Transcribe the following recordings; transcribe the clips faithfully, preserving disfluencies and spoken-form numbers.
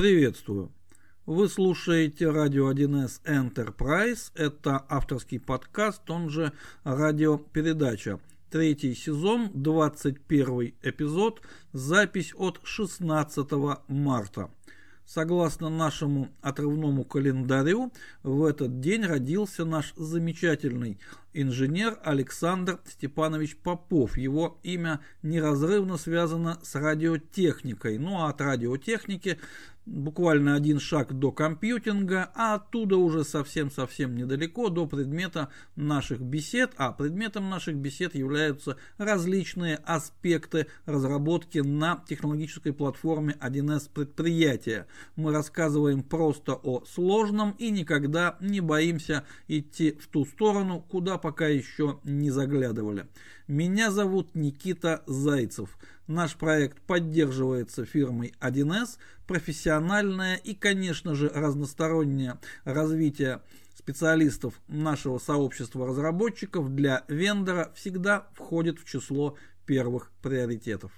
Приветствую! Вы слушаете радио один эс Enterprise. Это авторский подкаст, он же радиопередача. Третий сезон, двадцать первый эпизод, запись от шестнадцатого марта. Согласно нашему отрывному календарю, в этот день родился наш замечательный инженер Александр Степанович Попов. Его имя неразрывно связано с радиотехникой. Ну а от радиотехники буквально один шаг до компьютинга, а оттуда уже совсем-совсем недалеко до предмета наших бесед. А предметом наших бесед являются различные аспекты разработки на технологической платформе один эс предприятия. Мы рассказываем просто о сложном и никогда не боимся идти в ту сторону, куда пока еще не заглядывали. Меня зовут Никита Зайцев. Наш проект поддерживается фирмой один эс. Профессиональное и, конечно же, разностороннее развитие специалистов нашего сообщества разработчиков для вендора всегда входит в число первых приоритетов.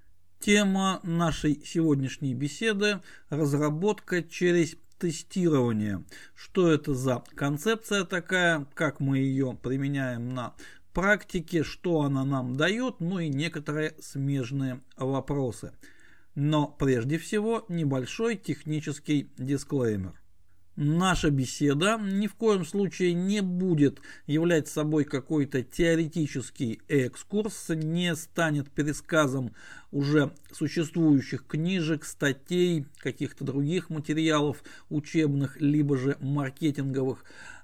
Тема нашей сегодняшней беседы – разработка через тестирование. Что это за концепция такая, как мы ее применяем на практике, что она нам дает, ну и некоторые смежные вопросы. Но прежде всего небольшой технический дисклеймер. Наша беседа ни в коем случае не будет являть собой какой-то теоретический экскурс, не станет пересказом уже существующих книжек, статей, каких-то других материалов учебных, либо же маркетинговых.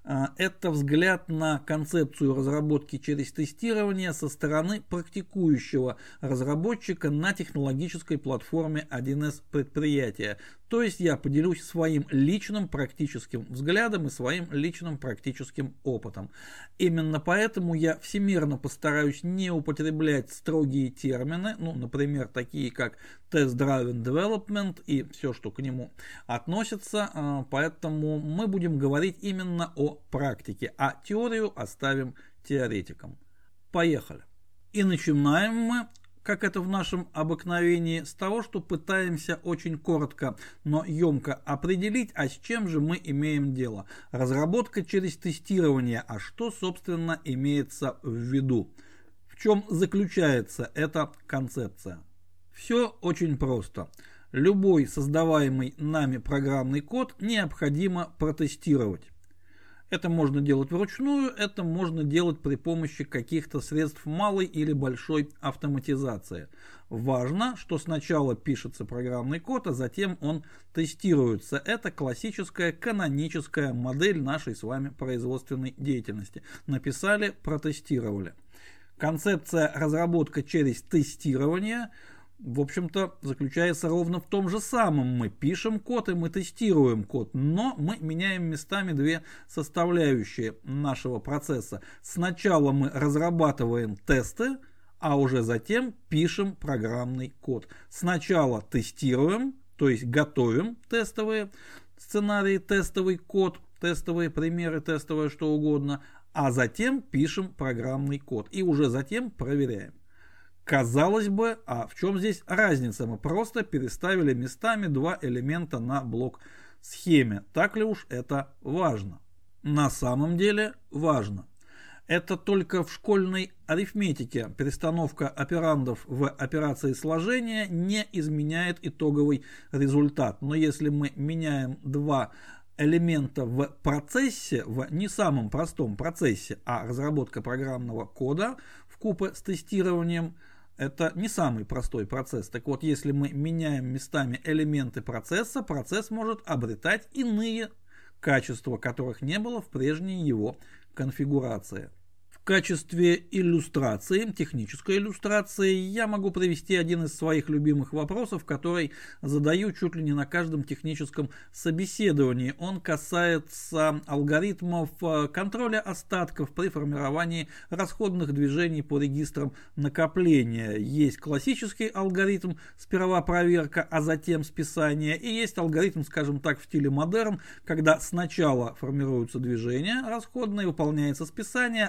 Это взгляд на концепцию разработки через тестирование со стороны практикующего разработчика на технологической платформе один эс предприятия. То есть я поделюсь своим личным практическим взглядом и своим личным практическим опытом. Именно поэтому я всемирно постараюсь не употреблять строгие термины, ну, например, такие как Test-Driven Development и все, что к нему относится. Поэтому мы будем говорить именно о практике, а теорию оставим теоретикам. Поехали. И начинаем мы, как это в нашем обыкновении, с того, что пытаемся очень коротко, но емко определить, а с чем же мы имеем дело. Разработка через тестирование, а что, собственно, имеется в виду? В чем заключается эта концепция? Все очень просто. Любой создаваемый нами программный код необходимо протестировать. Это можно делать вручную, это можно делать при помощи каких-то средств малой или большой автоматизации. Важно, что сначала пишется программный код, а затем он тестируется. Это классическая каноническая модель нашей с вами производственной деятельности. Написали, протестировали. Концепция разработка через тестирование, в общем-то, заключается ровно в том же самом. Мы пишем код и мы тестируем код, но мы меняем местами две составляющие нашего процесса. Сначала мы разрабатываем тесты, а уже затем пишем программный код. Сначала тестируем, то есть готовим тестовые сценарии, тестовый код, тестовые примеры, тестовое что угодно, а затем пишем программный код и уже затем проверяем. Казалось бы, а в чем здесь разница? Мы просто переставили местами два элемента на блок-схеме. Так ли уж это важно? На самом деле важно. Это только в школьной арифметике перестановка операндов в операции сложения не изменяет итоговый результат. Но если мы меняем два элемента в процессе, в не самом простом процессе, а разработка программного кода вкупе с тестированием, это не самый простой процесс. Так вот, если мы меняем местами элементы процесса, процесс может обретать иные качества, которых не было в прежней его конфигурации. В качестве иллюстрации, технической иллюстрации, я могу привести один из своих любимых вопросов, который задаю чуть ли не на каждом техническом собеседовании. Он касается алгоритмов контроля остатков при формировании расходных движений по регистрам накопления. Есть классический алгоритм, сперва проверка, а затем списание. И есть алгоритм, скажем так, в стиле модерн, когда сначала формируются движения расходные, выполняется списание, а затем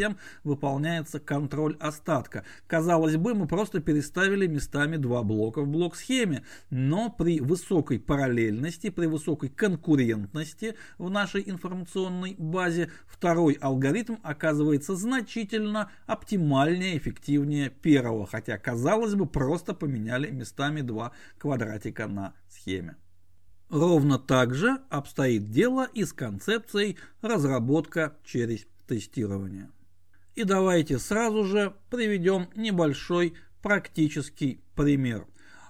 затем выполняется контроль остатка. Казалось бы, мы просто переставили местами два блока в блок-схеме, но при высокой параллельности, при высокой конкурентности в нашей информационной базе второй алгоритм оказывается значительно оптимальнее, эффективнее первого, хотя, казалось бы, просто поменяли местами два квадратика на схеме. Ровно так же обстоит дело и с концепцией разработка через тестирование. И давайте сразу же приведем небольшой практический пример.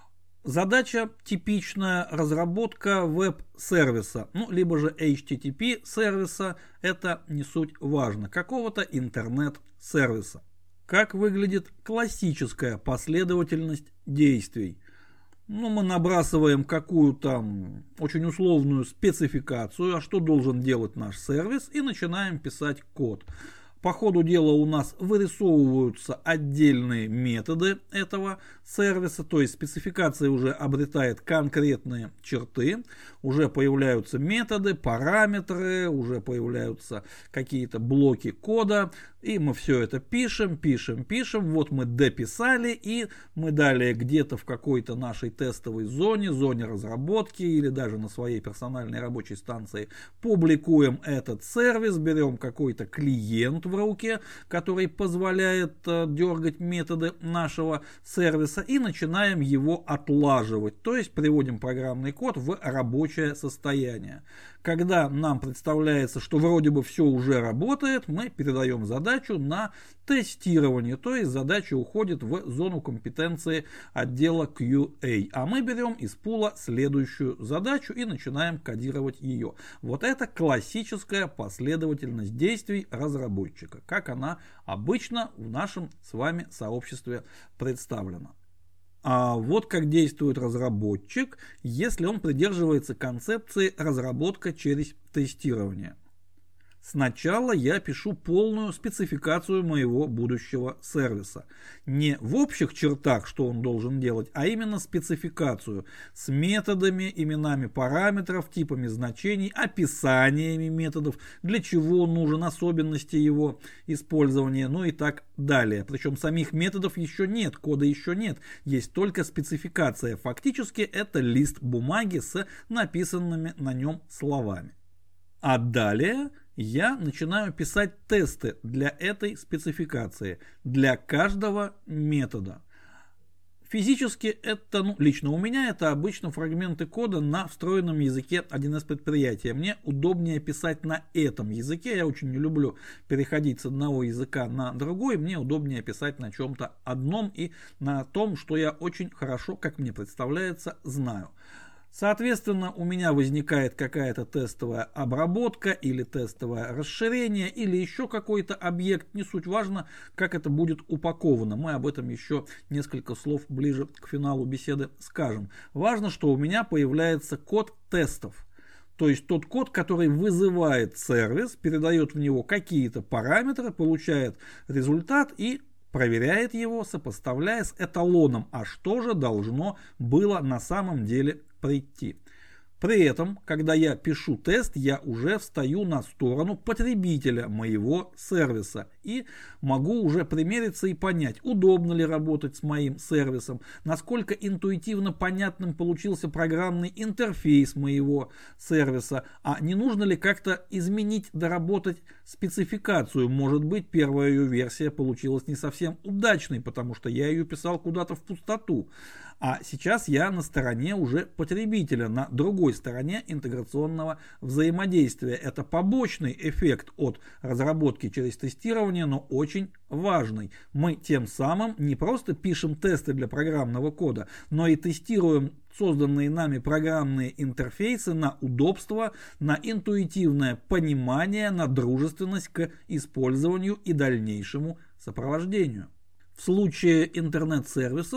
Задача типичная: разработка веб-сервиса, ну, либо же эйч ти ти пи сервиса, это не суть важно, какого-то интернет-сервиса. Как выглядит классическая последовательность действий? Ну, мы набрасываем какую-то очень условную спецификацию, а что должен делать наш сервис, и начинаем писать код. По ходу дела у нас вырисовываются отдельные методы этого сервиса, то есть спецификация уже обретает конкретные черты, уже появляются методы, параметры, уже появляются какие-то блоки кода, и мы все это пишем, пишем, пишем, вот мы дописали, и мы далее где-то в какой-то нашей тестовой зоне, зоне разработки или даже на своей персональной рабочей станции публикуем этот сервис, берем какой-то клиент в руке, который позволяет э, дергать методы нашего сервиса, и начинаем его отлаживать, то есть приводим программный код в рабочее состояние. Когда нам представляется, что вроде бы все уже работает, мы передаем задачу на тестирование, то есть задача уходит в зону компетенции отдела кью эй, а мы берем из пула следующую задачу и начинаем кодировать ее. Вот это классическая последовательность действий разработчика, как она обычно в нашем с вами сообществе представлена. А вот как действует разработчик, если он придерживается концепции разработка через тестирование. Сначала я пишу полную спецификацию моего будущего сервиса. Не в общих чертах, что он должен делать, а именно спецификацию с методами, именами параметров, типами значений, описаниями методов, для чего он нужен, особенности его использования, ну и так далее. Причем самих методов еще нет, кода еще нет, есть только спецификация. Фактически это лист бумаги с написанными на нем словами. А далее я начинаю писать тесты для этой спецификации, для каждого метода. Физически это, ну, лично у меня это обычно фрагменты кода на встроенном языке один эс предприятия. Мне удобнее писать на этом языке, я очень не люблю переходить с одного языка на другой, мне удобнее писать на чем-то одном и на том, что я очень хорошо, как мне представляется, знаю. Соответственно, у меня возникает какая-то тестовая обработка или тестовое расширение или еще какой-то объект. Не суть важно, как это будет упаковано. Мы об этом еще несколько слов ближе к финалу беседы скажем. Важно, что у меня появляется код тестов. То есть тот код, который вызывает сервис, передает в него какие-то параметры, получает результат и проверяет его, сопоставляя с эталоном, а что же должно было на самом деле прийти. При этом, когда я пишу тест, я уже встаю на сторону потребителя моего сервиса и могу уже примериться и понять, удобно ли работать с моим сервисом, насколько интуитивно понятным получился программный интерфейс моего сервиса, а не нужно ли как-то изменить, доработать спецификацию. Может быть, первая ее версия получилась не совсем удачной, потому что я ее писал куда-то в пустоту. А сейчас я на стороне уже потребителя, на другой стороне интеграционного взаимодействия. Это побочный эффект от разработки через тестирование, но очень важный. Мы тем самым не просто пишем тесты для программного кода, но и тестируем созданные нами программные интерфейсы на удобство, на интуитивное понимание, на дружественность к использованию и дальнейшему сопровождению. В случае интернет-сервисов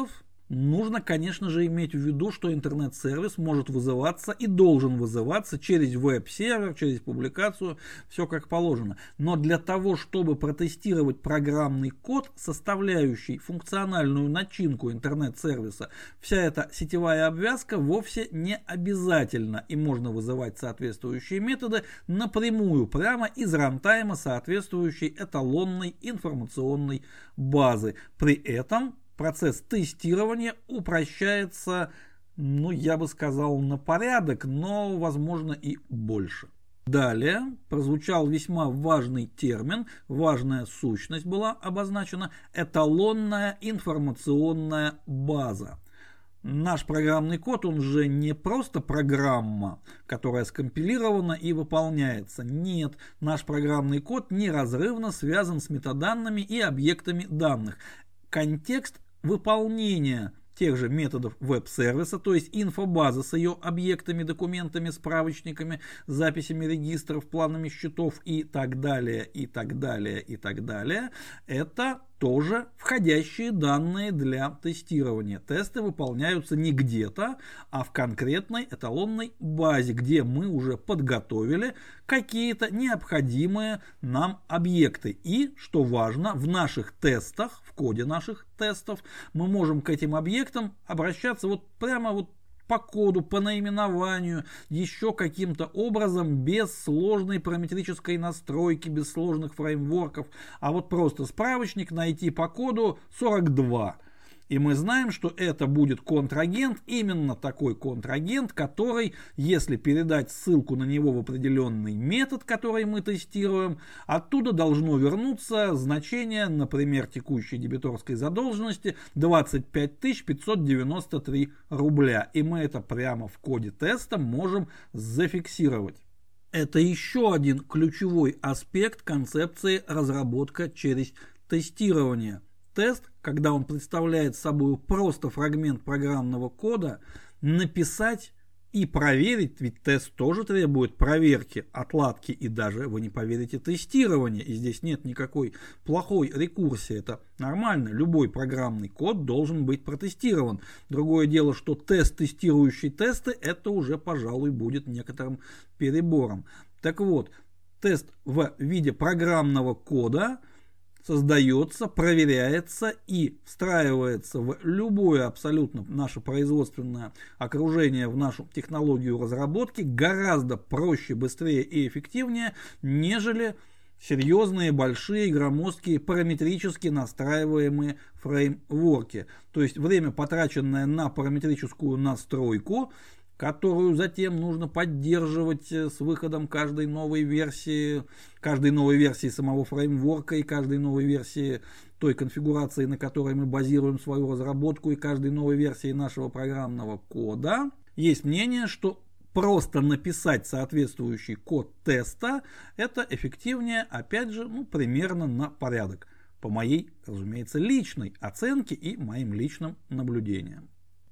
нужно, конечно же, иметь в виду, что интернет-сервис может вызываться и должен вызываться через веб-сервер, через публикацию, все как положено. Но для того, чтобы протестировать программный код, составляющий функциональную начинку интернет-сервиса, вся эта сетевая обвязка вовсе не обязательна, и можно вызывать соответствующие методы напрямую, прямо из рантайма соответствующей эталонной информационной базы. При этом процесс тестирования упрощается, ну, я бы сказал, на порядок, но, возможно, и больше. Далее прозвучал весьма важный термин, важная сущность была обозначена – эталонная информационная база. Наш программный код, он же не просто программа, которая скомпилирована и выполняется. Нет, наш программный код неразрывно связан с метаданными и объектами данных. Контекст выполнения тех же методов веб-сервиса, то есть инфобаза с ее объектами, документами, справочниками, записями регистров, планами счетов и так далее, и так далее, и так далее, это тоже входящие данные для тестирования. Тесты выполняются не где-то, а в конкретной эталонной базе, где мы уже подготовили какие-то необходимые нам объекты. И, что важно, в наших тестах, в коде наших тестов, мы можем к этим объектам обращаться вот прямо вот по коду, по наименованию, еще каким-то образом, без сложной параметрической настройки, без сложных фреймворков, а вот просто справочник найти по коду сорок два. И мы знаем, что это будет контрагент, именно такой контрагент, который, если передать ссылку на него в определенный метод, который мы тестируем, оттуда должно вернуться значение, например, текущей дебиторской задолженности двадцать пять тысяч пятьсот девяносто три рубля. И мы это прямо в коде теста можем зафиксировать. Это еще один ключевой аспект концепции разработка через тестирование. Тест, когда он представляет собой просто фрагмент программного кода, написать и проверить, ведь тест тоже требует проверки, отладки и даже, вы не поверите, тестирования. И здесь нет никакой плохой рекурсии, это нормально. Любой программный код должен быть протестирован. Другое дело, что тест, тестирующий тесты, это уже, пожалуй, будет некоторым перебором. Так вот, тест в виде программного кода создается, проверяется и встраивается в любое абсолютно наше производственное окружение, в нашу технологию разработки гораздо проще, быстрее и эффективнее, нежели серьезные, большие, громоздкие, параметрически настраиваемые фреймворки. То есть время, потраченное на параметрическую настройку, которую затем нужно поддерживать с выходом каждой новой версии, каждой новой версии самого фреймворка и каждой новой версии той конфигурации, на которой мы базируем свою разработку, и каждой новой версии нашего программного кода. Есть мнение, что просто написать соответствующий код теста это эффективнее, опять же, ну, примерно на порядок. По моей, разумеется, личной оценке и моим личным наблюдениям.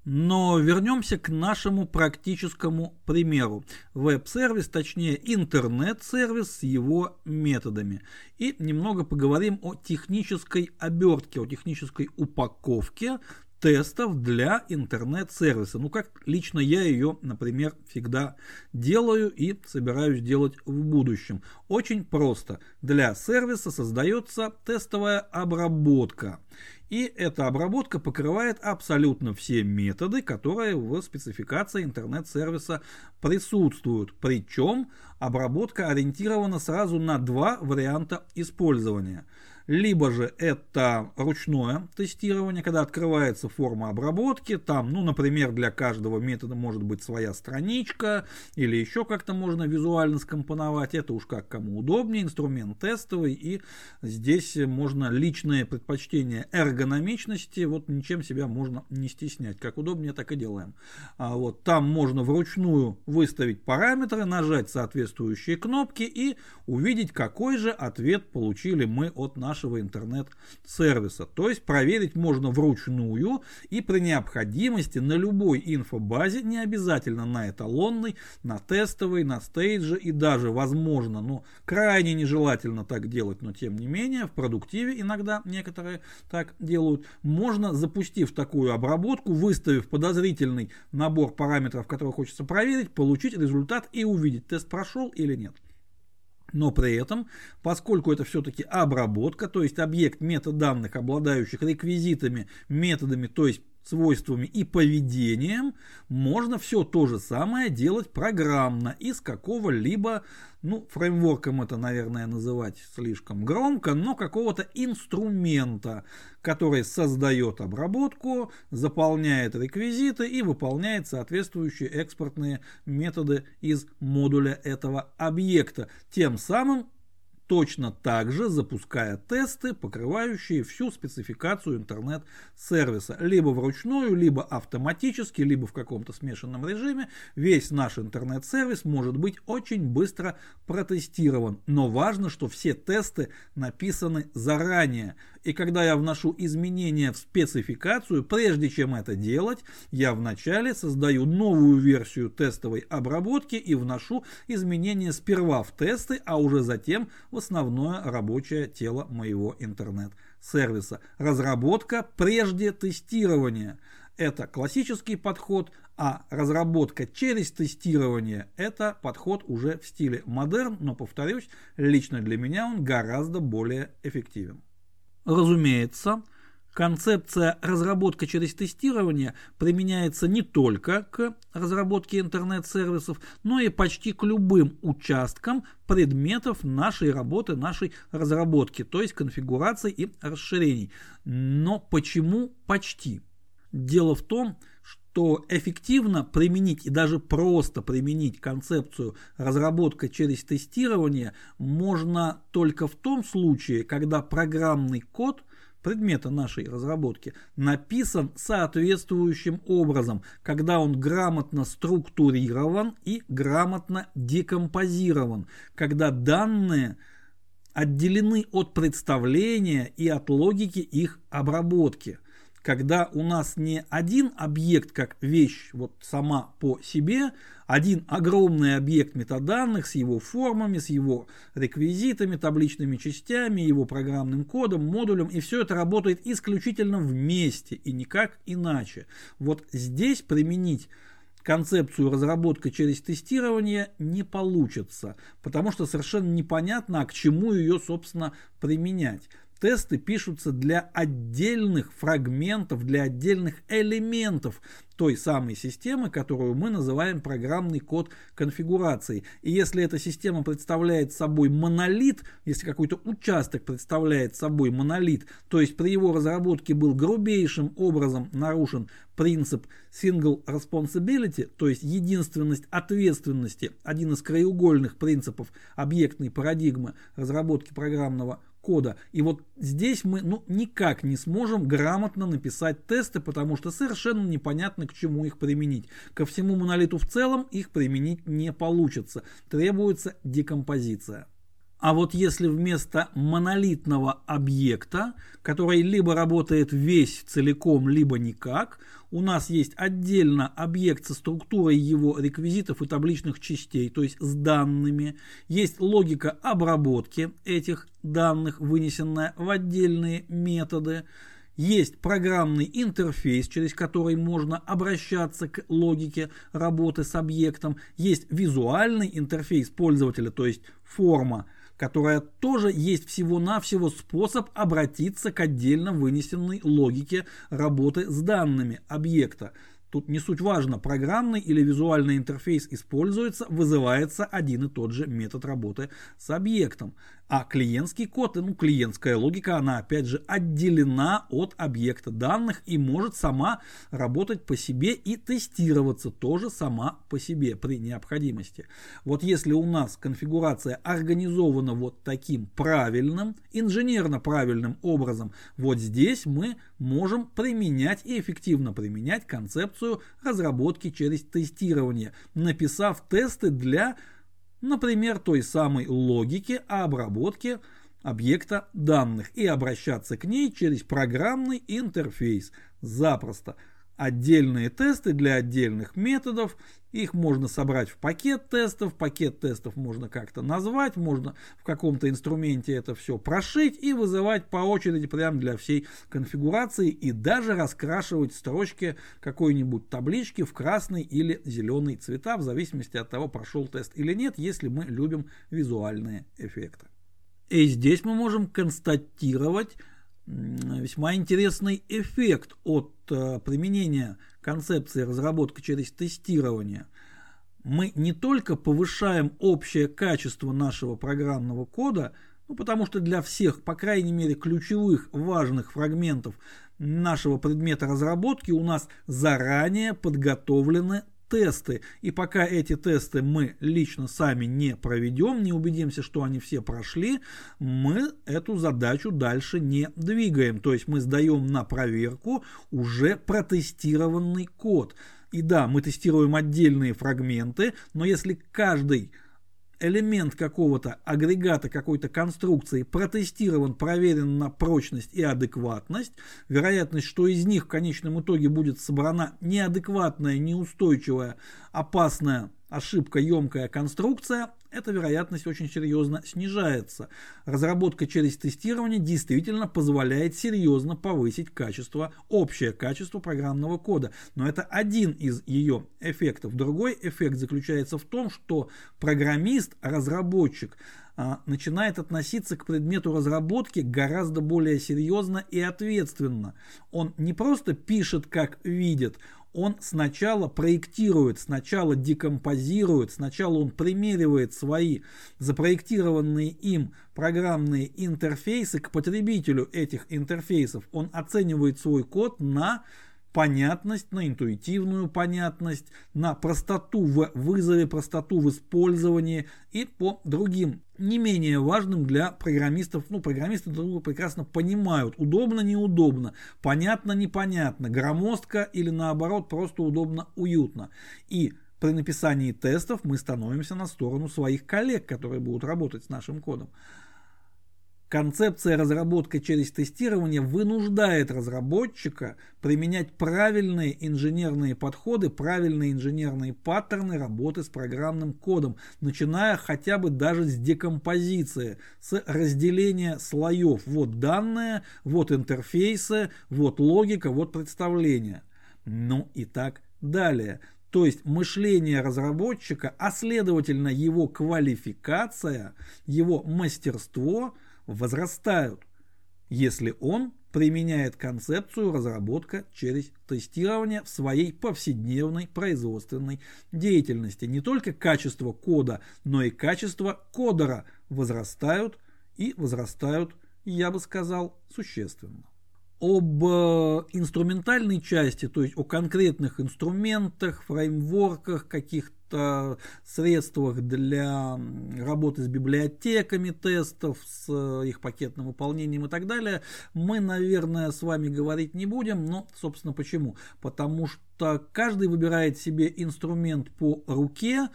Но вернемся к нашему практическому примеру. Веб-сервис, точнее интернет-сервис с его методами. И немного поговорим о технической обертке, о технической упаковке тестов для интернет-сервиса. Ну, как лично я ее, например, всегда делаю и собираюсь делать в будущем. Очень просто. Для сервиса создается тестовая обработка. И эта обработка покрывает абсолютно все методы, которые в спецификации интернет-сервиса присутствуют. Причем обработка ориентирована сразу на два варианта использования. Либо же это ручное тестирование, когда открывается форма обработки, там, ну, например, для каждого метода может быть своя страничка, или еще как-то можно визуально скомпоновать, это уж как кому удобнее, инструмент тестовый, и здесь можно личные предпочтения эргономичности, вот ничем себя можно не стеснять, как удобнее, так и делаем. А вот там можно вручную выставить параметры, нажать соответствующие кнопки и увидеть, какой же ответ получили мы от нашего нашего интернет-сервиса. То есть проверить можно вручную и при необходимости на любой инфобазе, не обязательно на эталонной, на тестовой, на стейдже и даже, возможно, но крайне нежелательно так делать, но тем не менее, в продуктиве иногда некоторые так делают, можно, запустив такую обработку, выставив подозрительный набор параметров, которые хочется проверить, получить результат и увидеть, тест прошел или нет. Но при этом, поскольку это все-таки обработка, то есть объект метаданных, обладающих реквизитами, методами, то есть свойствами и поведением, можно все то же самое делать программно из какого-либо, ну, фреймворком это, наверное, называть слишком громко, но какого-то инструмента, который создает обработку, заполняет реквизиты и выполняет соответствующие экспортные методы из модуля этого объекта. Тем самым точно так же запуская тесты, покрывающие всю спецификацию интернет-сервиса. Либо вручную, либо автоматически, либо в каком-то смешанном режиме. Весь наш интернет-сервис может быть очень быстро протестирован. Но важно, что все тесты написаны заранее. И когда я вношу изменения в спецификацию, прежде чем это делать, я вначале создаю новую версию тестовой обработки и вношу изменения сперва в тесты, а уже затем в основное рабочее тело моего интернет-сервиса. Разработка прежде тестирования. Это классический подход, а разработка через тестирование – это подход уже в стиле модерн, но, повторюсь, лично для меня он гораздо более эффективен. Разумеется, концепция разработка через тестирование применяется не только к разработке интернет-сервисов, но и почти к любым участкам предметов нашей работы, нашей разработки, то есть конфигураций и расширений. Но почему почти? Дело в том, что эффективно применить и даже просто применить концепцию разработка через тестирование можно только в том случае, когда программный код предмета нашей разработки написан соответствующим образом, когда он грамотно структурирован и грамотно декомпозирован, когда данные отделены от представления и от логики их обработки. Когда у нас не один объект как вещь вот сама по себе, один огромный объект метаданных с его формами, с его реквизитами, табличными частями, его программным кодом, модулем, и все это работает исключительно вместе и никак иначе. Вот здесь применить концепцию разработка через тестирование не получится, потому что совершенно непонятно, а к чему ее, собственно, применять. Тесты пишутся для отдельных фрагментов, для отдельных элементов той самой системы, которую мы называем программный код конфигурации. И если эта система представляет собой монолит, если какой-то участок представляет собой монолит, то есть при его разработке был грубейшим образом нарушен принцип single responsibility, то есть единственность ответственности, один из краеугольных принципов объектной парадигмы разработки программного кода. И вот здесь мы ну, никак не сможем грамотно написать тесты, потому что совершенно непонятно, к чему их применить. Ко всему монолиту в целом их применить не получится. Требуется декомпозиция. А вот если вместо монолитного объекта, который либо работает весь целиком, либо никак, у нас есть отдельно объект со структурой его реквизитов и табличных частей, то есть с данными, есть логика обработки этих данных, вынесенная в отдельные методы, есть программный интерфейс, через который можно обращаться к логике работы с объектом, есть визуальный интерфейс пользователя, то есть форма, которая тоже есть всего-навсего способ обратиться к отдельно вынесенной логике работы с данными объекта. Тут не суть важно, программный или визуальный интерфейс используется, вызывается один и тот же метод работы с объектом. А клиентский код, ну клиентская логика, она опять же отделена от объекта данных и может сама работать по себе и тестироваться тоже сама по себе при необходимости. Вот если у нас конфигурация организована вот таким правильным, инженерно правильным образом, вот здесь мы можем применять и эффективно применять концепцию разработки через тестирование, написав тесты для, например, той самой логики обработки объекта данных и обращаться к ней через программный интерфейс. Запросто. Отдельные тесты для отдельных методов, их можно собрать в пакет тестов, пакет тестов можно как-то назвать, можно в каком-то инструменте это все прошить и вызывать по очереди прямо для всей конфигурации и даже раскрашивать строчки какой-нибудь таблички в красный или зеленый цвета в зависимости от того, прошел тест или нет, если мы любим визуальные эффекты. И здесь мы можем констатировать весьма интересный эффект от э, применения концепции разработки через тестирование. Мы не только повышаем общее качество нашего программного кода, ну, потому что для всех, по крайней мере, ключевых важных фрагментов нашего предмета разработки у нас заранее подготовлены тесты. И пока эти тесты мы лично сами не проведем, не убедимся, что они все прошли, мы эту задачу дальше не двигаем. То есть мы сдаем на проверку уже протестированный код. И да, мы тестируем отдельные фрагменты, но если каждый элемент какого-то агрегата, какой-то конструкции протестирован, проверен на прочность и адекватность, вероятность, что из них в конечном итоге будет собрана неадекватная, неустойчивая, опасная, ошибкоемкая конструкция, эта вероятность очень серьезно снижается. Разработка через тестирование действительно позволяет серьезно повысить качество, общее качество программного кода. Но это один из ее эффектов. Другой эффект заключается в том, что программист, разработчик начинает относиться к предмету разработки гораздо более серьезно и ответственно. Он не просто пишет, как видит, он сначала проектирует, сначала декомпозирует, сначала он примеривает свои запроектированные им программные интерфейсы к потребителю этих интерфейсов. Он оценивает свой код на понятность, на интуитивную понятность, на простоту в вызове, простоту в использовании и по другим не менее важным для программистов. Ну, программисты друг друга прекрасно понимают, удобно, неудобно, понятно, непонятно, громоздко или наоборот просто удобно, уютно. И при написании тестов мы становимся на сторону своих коллег, которые будут работать с нашим кодом. Концепция разработки через тестирование вынуждает разработчика применять правильные инженерные подходы, правильные инженерные паттерны работы с программным кодом, начиная хотя бы даже с декомпозиции, с разделения слоев. Вот данные, вот интерфейсы, вот логика, вот представление. Ну и так далее. То есть мышление разработчика, а следовательно его квалификация, его мастерство возрастают, если он применяет концепцию разработка через тестирование в своей повседневной производственной деятельности. Не только качество кода, но и качество кодера возрастают и возрастают, я бы сказал, существенно. Об инструментальной части, то есть о конкретных инструментах, фреймворках, каких-то средствах для работы с библиотеками тестов, с их пакетным выполнением и так далее, мы, наверное, с вами говорить не будем. Но, собственно, почему? Потому что каждый выбирает себе инструмент по руке,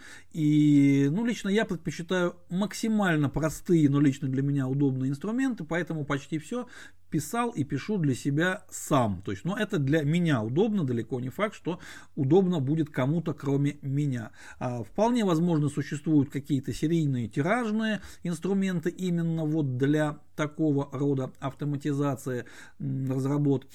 и, ну, лично я предпочитаю максимально простые, но лично для меня удобные инструменты, поэтому почти все писал и пишу для себя сам. То есть, ну, это для меня удобно, далеко не факт, что удобно будет кому-то, кроме меня. А, вполне возможно, существуют какие-то серийные тиражные инструменты именно вот для такого рода автоматизации разработки,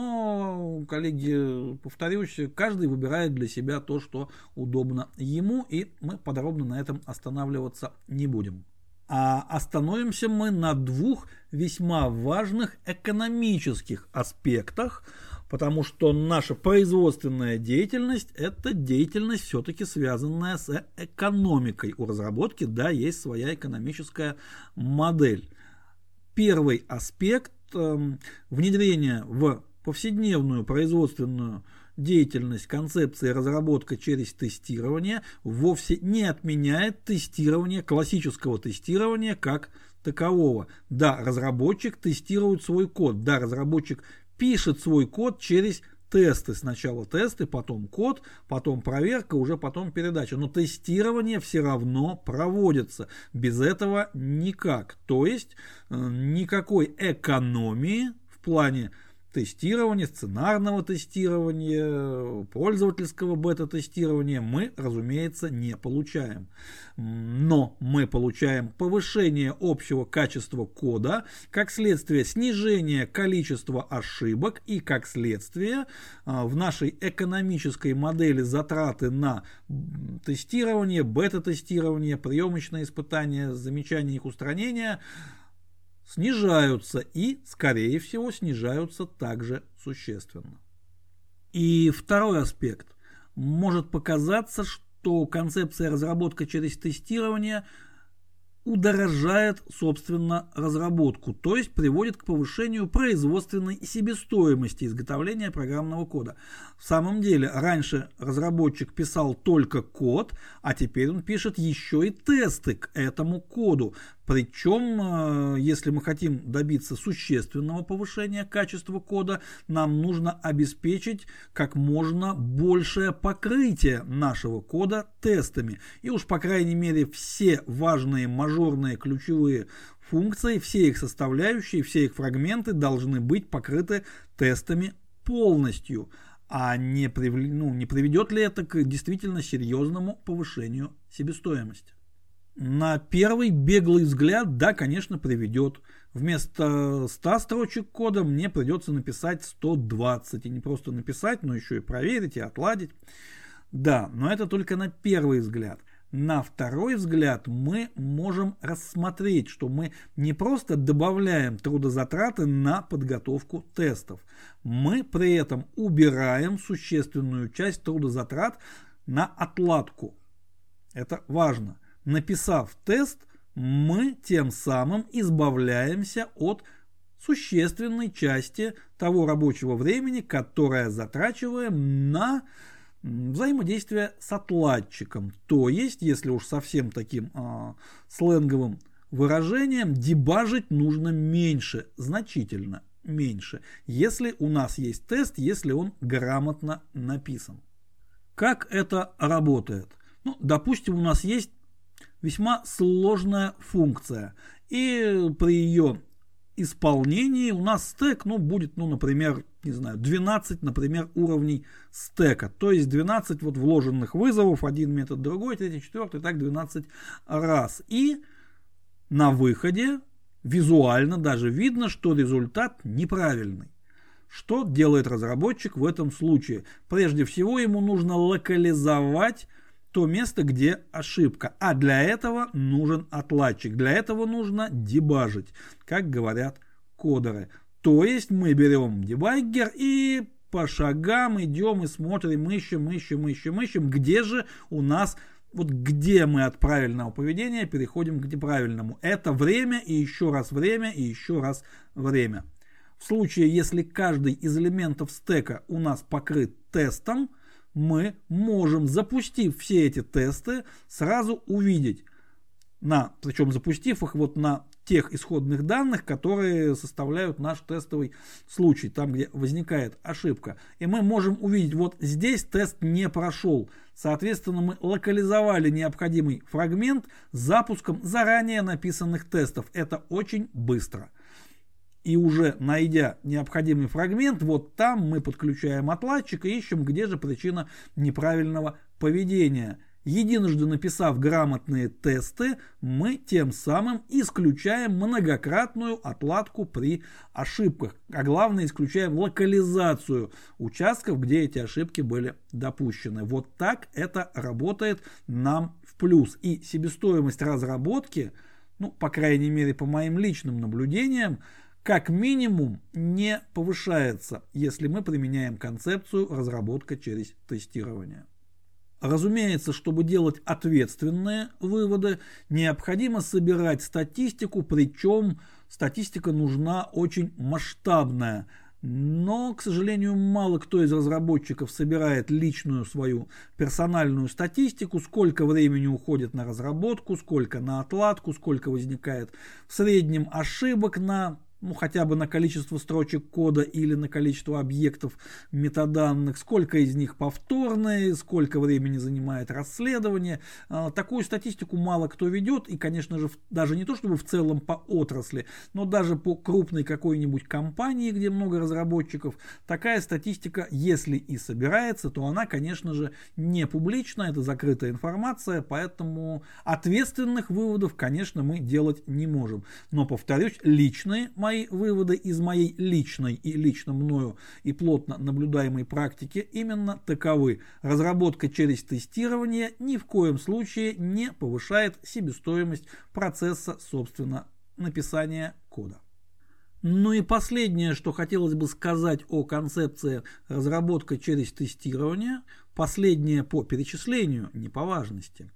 но, коллеги, повторюсь, каждый выбирает для себя то, что удобно ему, и мы подробно на этом останавливаться не будем. А остановимся мы на двух весьма важных экономических аспектах, потому что наша производственная деятельность – это деятельность все-таки связанная с экономикой. У разработки, да, есть своя экономическая модель. Первый аспект э, внедрения в повседневную производственную деятельность концепции разработка через тестирование вовсе не отменяет тестирование, классического тестирования как такового. Да, разработчик тестирует свой код, да, разработчик пишет свой код через тесты. Сначала тесты, потом код, потом проверка, уже потом передача. Но тестирование все равно проводится. Без этого никак. То есть никакой экономии в плане тестирования, сценарного тестирования, пользовательского бета-тестирования мы, разумеется, не получаем. Но мы получаем повышение общего качества кода, как следствие снижения количества ошибок и как следствие в нашей экономической модели затраты на тестирование, бета-тестирование, приемочные испытания, замечания их устранения снижаются и, скорее всего, снижаются также существенно. И второй аспект. Может показаться, что концепция разработка через тестирование удорожает, собственно, разработку, то есть приводит к повышению производственной себестоимости изготовления программного кода. В самом деле, раньше разработчик писал только код, а теперь он пишет еще и тесты к этому коду. Причем, если мы хотим добиться существенного повышения качества кода, нам нужно обеспечить как можно большее покрытие нашего кода тестами. И уж, по крайней мере, все важные мажорные ключевые функции, все их составляющие, все их фрагменты должны быть покрыты тестами полностью. А не, прив... ну, не приведет ли это к действительно серьезному повышению себестоимости? На первый беглый взгляд, да, конечно, приведет. Вместо ста строчек кода мне придется написать сто двадцать. И не просто написать, но еще и проверить и отладить. Да, но это только на первый взгляд. На второй взгляд мы можем рассмотреть, что мы не просто добавляем трудозатраты на подготовку тестов. Мы при этом убираем существенную часть трудозатрат на отладку. Это важно. Написав тест, мы тем самым избавляемся от существенной части того рабочего времени, которое затрачиваем на взаимодействие с отладчиком. То есть, если уж совсем таким э, сленговым выражением, дебажить нужно меньше, значительно меньше, если у нас есть тест, если он грамотно написан. Как это работает? Ну, допустим, у нас есть весьма сложная функция, и при ее исполнении у нас стек, ну, будет, ну, например, не знаю, двенадцать, например, уровней стека, то есть двенадцать вот вложенных вызовов, один метод, другой, третий, четвертый, так двенадцать раз. И на выходе визуально даже видно, что результат неправильный. Что делает разработчик в этом случае? Прежде всего ему нужно локализовать то место, где ошибка. А для этого нужен отладчик. Для этого нужно дебажить, как говорят кодеры. То есть мы берем дебаггер и по шагам идем и смотрим, ищем, ищем, ищем, ищем, где же у нас, вот где мы от правильного поведения переходим к неправильному. Это время и еще раз время и еще раз время. В случае, если каждый из элементов стека у нас покрыт тестом, мы можем, запустив все эти тесты, сразу увидеть, на, причем запустив их вот на тех исходных данных, которые составляют наш тестовый случай, там, где возникает ошибка. И мы можем увидеть, вот здесь тест не прошел. Соответственно, мы локализовали необходимый фрагмент запуском заранее написанных тестов. Это очень быстро. И уже найдя необходимый фрагмент, вот там мы подключаем отладчик и ищем, где же причина неправильного поведения. Единожды написав грамотные тесты, мы тем самым исключаем многократную отладку при ошибках. А главное, исключаем локализацию участков, где эти ошибки были допущены. Вот так это работает нам в плюс. И себестоимость разработки, ну, по крайней мере, по моим личным наблюдениям, как минимум не повышается, если мы применяем концепцию разработка через тестирование. Разумеется, чтобы делать ответственные выводы, необходимо собирать статистику, причем статистика нужна очень масштабная. Но, к сожалению, мало кто из разработчиков собирает личную свою персональную статистику, сколько времени уходит на разработку, сколько на отладку, сколько возникает в среднем ошибок на ну, хотя бы на количество строчек кода или на количество объектов метаданных, сколько из них повторные, сколько времени занимает расследование. Такую статистику мало кто ведет, и, конечно же, даже не то чтобы в целом по отрасли, но даже по крупной какой-нибудь компании, где много разработчиков, такая статистика, если и собирается, то она, конечно же, не публична, это закрытая информация, поэтому ответственных выводов, конечно, мы делать не можем. Но, повторюсь, личные мои выводы из моей личной и лично мною и плотно наблюдаемой практики именно таковы. Разработка через тестирование ни в коем случае не повышает себестоимость процесса, собственно, написания кода. Ну и последнее, что хотелось бы сказать о концепции разработка через тестирование, последнее по перечислению, не по важности,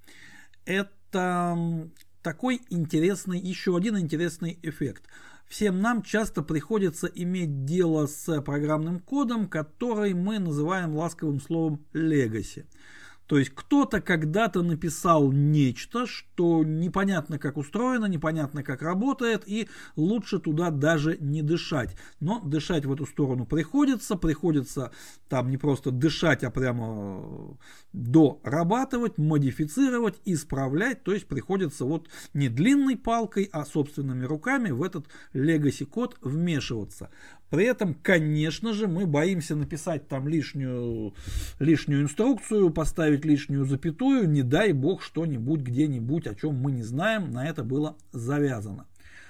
это такой интересный, еще один интересный эффект. Всем нам часто приходится иметь дело с программным кодом, который мы называем ласковым словом legacy. То есть кто-то когда-то написал нечто, что непонятно как устроено, непонятно как работает, и лучше туда даже не дышать. Но дышать в эту сторону приходится, приходится там не просто дышать, а прямо дорабатывать, модифицировать, исправлять. То есть приходится вот не длинной палкой, а собственными руками в этот legacy код вмешиваться. При этом, конечно же, мы боимся написать там лишнюю, лишнюю инструкцию, поставить лишнюю запятую, не дай бог что-нибудь где-нибудь, о чем мы не знаем, на это было завязано.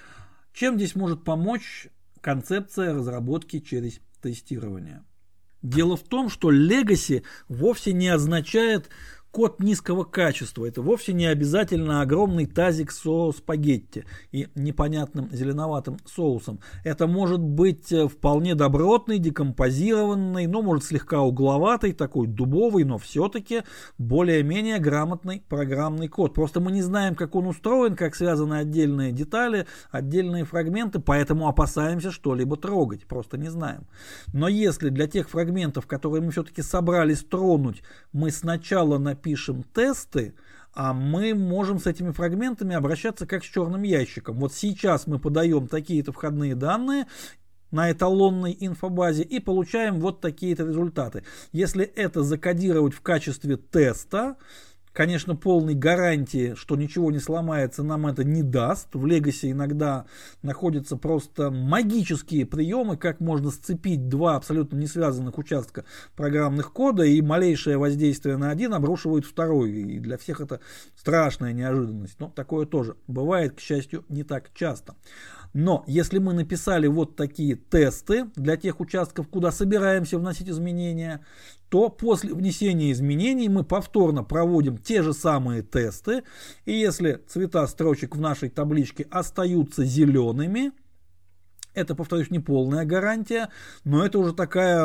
Чем здесь может помочь концепция разработки через тестирование? Дело в том, что legacy вовсе не означает код низкого качества. Это вовсе не обязательно огромный тазик со спагетти и непонятным зеленоватым соусом. Это может быть вполне добротный, декомпозированный, но может слегка угловатый, такой дубовый, но все-таки более-менее грамотный программный код. Просто мы не знаем, как он устроен, как связаны отдельные детали, отдельные фрагменты, поэтому опасаемся что-либо трогать. Просто не знаем. Но если для тех фрагментов, которые мы все-таки собрались тронуть, мы сначала напишем пишем тесты, а мы можем с этими фрагментами обращаться как с черным ящиком. Вот сейчас мы подаем такие-то входные данные на эталонной инфобазе и получаем вот такие-то результаты. Если это закодировать в качестве теста, конечно, полной гарантии, что ничего не сломается, нам это не даст. В Legacy иногда находятся просто магические приемы, как можно сцепить два абсолютно не связанных участка программных кода, и малейшее воздействие на один обрушивает второй. И для всех это страшная неожиданность. Но такое тоже бывает, к счастью, не так часто. Но если мы написали вот такие тесты для тех участков, куда собираемся вносить изменения, то после внесения изменений мы повторно проводим те же самые тесты. И если цвета строчек в нашей табличке остаются зелеными, это, повторюсь, не полная гарантия, но это уже такая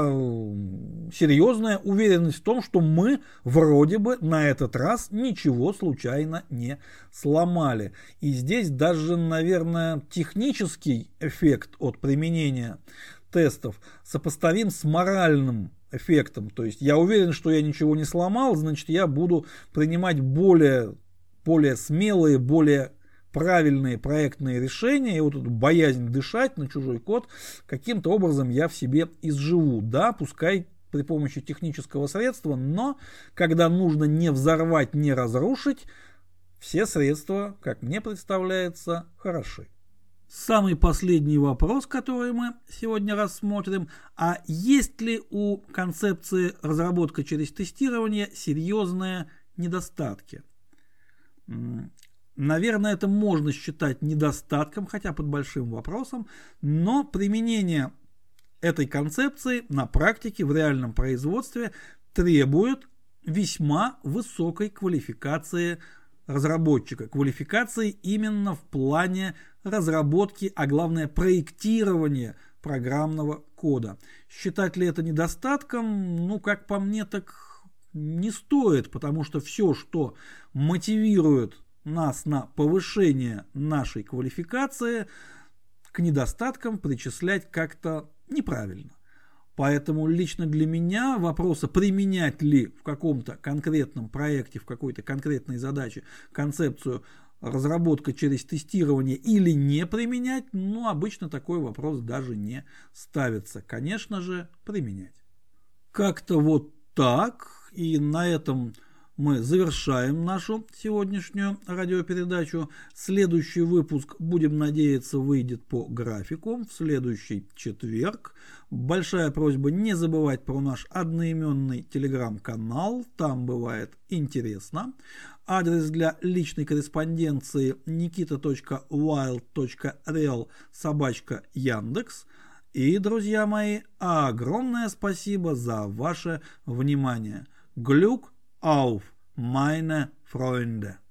серьезная уверенность в том, что мы вроде бы на этот раз ничего случайно не сломали. И здесь даже, наверное, технический эффект от применения тестов сопоставим с моральным эффектом. То есть я уверен, что я ничего не сломал, значит я буду принимать более, более смелые, более правильные проектные решения, и вот эту боязнь дышать на чужой код каким-то образом я в себе изживу. Да, пускай при помощи технического средства, но когда нужно не взорвать, не разрушить, все средства, как мне представляется, хороши. Самый последний вопрос, который мы сегодня рассмотрим, а есть ли у концепции разработка через тестирование серьезные недостатки? Наверное, это можно считать недостатком, хотя под большим вопросом, но применение этой концепции на практике в реальном производстве требует весьма высокой квалификации разработчика, квалификации именно в плане разработки, а главное проектирования программного кода. Считать ли это недостатком? Ну, как по мне, так не стоит, потому что все, что мотивирует нас на повышение нашей квалификации, к недостаткам причислять как-то неправильно. Поэтому лично для меня вопроса, применять ли в каком-то конкретном проекте, в какой-то конкретной задаче концепцию разработка через тестирование или не применять, ну, обычно такой вопрос даже не ставится. Конечно же, применять. Как-то вот так, и на этом мы завершаем нашу сегодняшнюю радиопередачу. Следующий выпуск, будем надеяться, выйдет по графику в следующий четверг. Большая просьба не забывать про наш одноименный телеграм-канал, там бывает интересно. Адрес для личной корреспонденции никита точка уайлд точка рел собачка Яндекс. И, друзья мои, огромное спасибо за ваше внимание. Glück auf, meine Freunde!